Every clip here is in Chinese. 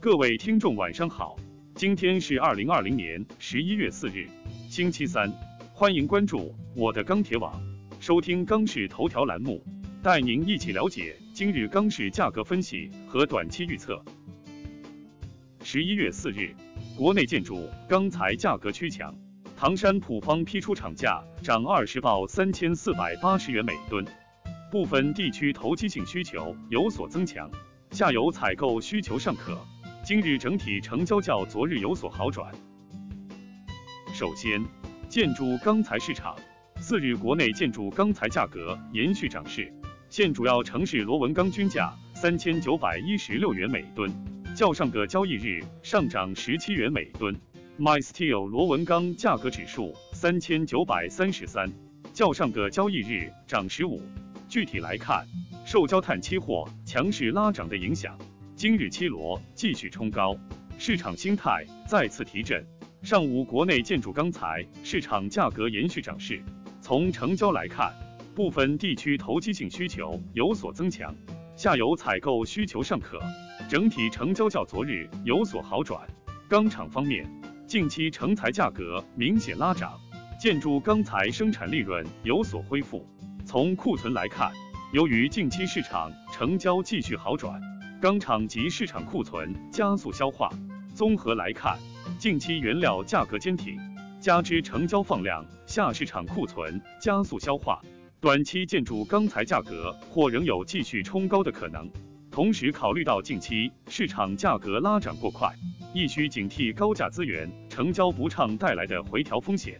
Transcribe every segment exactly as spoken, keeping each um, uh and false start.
各位听众晚上好，今天是二零二零年十一月四日，星期三，欢迎关注我的钢铁网，收听钢市头条栏目，带您一起了解今日钢市价格分析和短期预测。十一月四日，国内建筑钢材价格趋强，唐山普方批出厂价涨二十报三千四百八十元每吨，部分地区投机性需求有所增强，下游采购需求尚可。今日整体成交较昨日有所好转。首先，建筑钢材市场，四日国内建筑钢材价格延续涨势，现主要城市螺纹钢均价三千九百一十六元每吨，较上个交易日上涨十七元每吨。MySteel 螺纹钢价格指数三千九百三十三，较上个交易日涨十五。具体来看，受焦炭期货强势拉涨的影响，今日期螺继续冲高，市场心态再次提振。上午国内建筑钢材市场价格延续涨势，从成交来看，部分地区投机性需求有所增强，下游采购需求尚可，整体成交较昨日有所好转。钢厂方面，近期成材价格明显拉涨，建筑钢材生产利润有所恢复。从库存来看，由于近期市场成交继续好转，钢厂及市场库存加速消化。综合来看，近期原料价格坚挺，加之成交放量下，市场库存加速消化，短期建筑钢材价格或仍有继续冲高的可能。同时考虑到近期市场价格拉涨过快，亦需警惕高价资源成交不畅带来的回调风险。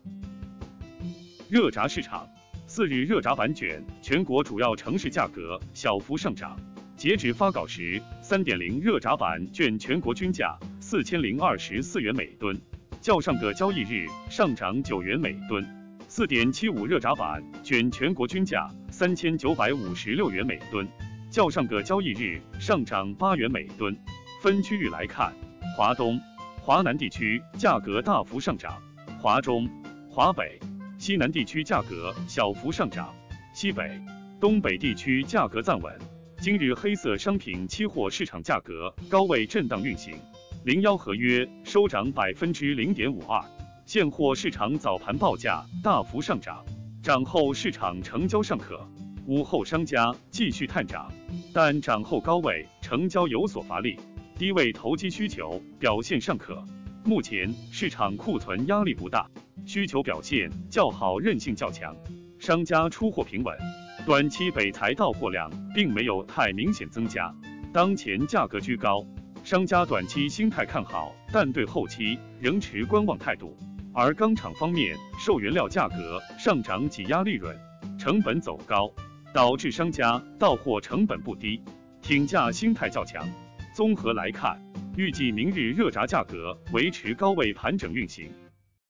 热轧市场，四日热轧板卷全国主要城市价格小幅上涨。截止发稿时 ，三点零 热轧板卷全国均价四千零二十四元每吨，较上个交易日上涨九元每吨。四点七五 热轧板卷全国均价三千九百五十六元每吨，较上个交易日上涨八元每吨。分区域来看，华东、华南地区价格大幅上涨，华中、华北、西南地区价格小幅上涨，西北、东北地区价格暂稳。今日黑色商品期货市场价格高位震荡运行，零幺合约收涨百分之零点五二，现货市场早盘报价大幅上涨，涨后市场成交尚可，午后商家继续探涨，但涨后高位成交有所乏力，低位投机需求表现尚可。目前市场库存压力不大，需求表现较好，韧性较强，商家出货平稳。短期北材到货量并没有太明显增加，当前价格居高，商家短期心态看好，但对后期仍持观望态度。而钢厂方面，受原料价格上涨挤压利润，成本走高，导致商家到货成本不低，挺价心态较强。综合来看，预计明日热轧价格维持高位盘整运行。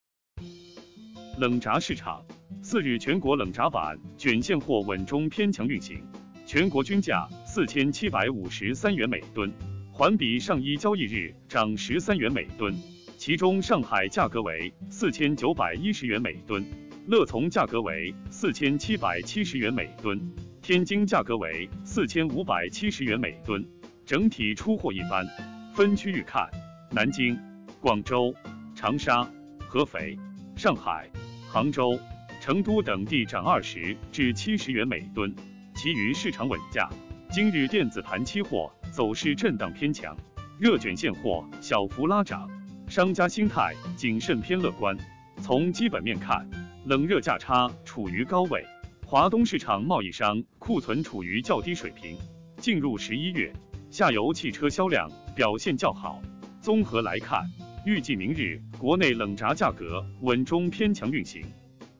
冷轧市场，四日全国冷轧板卷现货稳中偏强运行，全国均价四千七百五十三元每吨，环比上一交易日涨十三元每吨。其中上海价格为四千九百一十元每吨，乐从价格为四千七百七十元每吨，天津价格为四千五百七十元每吨。整体出货一般。分区域看，南京、广州、长沙、合肥、上海、杭州、成都等地涨二十至七十元每吨，其余市场稳价。今日电子盘期货走势震荡偏强，热卷现货小幅拉涨，商家心态谨慎偏乐观。从基本面看，冷热价差处于高位，华东市场贸易商库存处于较低水平。进入十一月，下游汽车销量表现较好。综合来看，预计明日国内冷轧价格稳中偏强运行。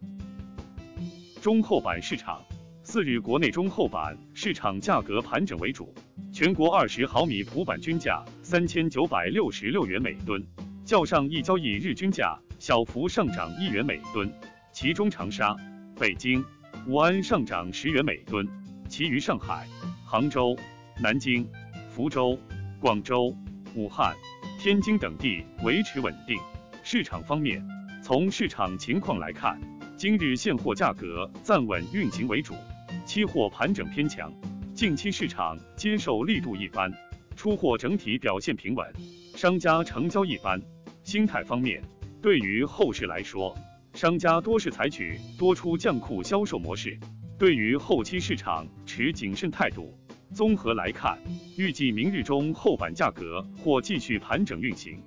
中厚板市场，四日国内中厚板市场价格盘整为主，全国二十毫米普板均价三千九百六十六元每吨，较上一交易日均价小幅上涨一元每吨，其中长沙、北京、武安上涨十元每吨，其余上海、杭州、南京、福州、广州、武汉、天津等地维持稳定。市场方面，从市场情况来看，今日现货价格暂稳运行为主，期货盘整偏强，近期市场接受力度一般。 出货整体表现平稳，商家成交一般。心态方面，对于后市来说，商家多是采取多出降库销售模式，对于后期市场持谨慎态度。综合来看，预计明日中厚板价格或继续盘整运行。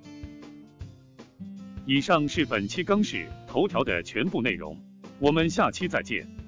以上是本期钢市头条的全部内容，我们下期再见。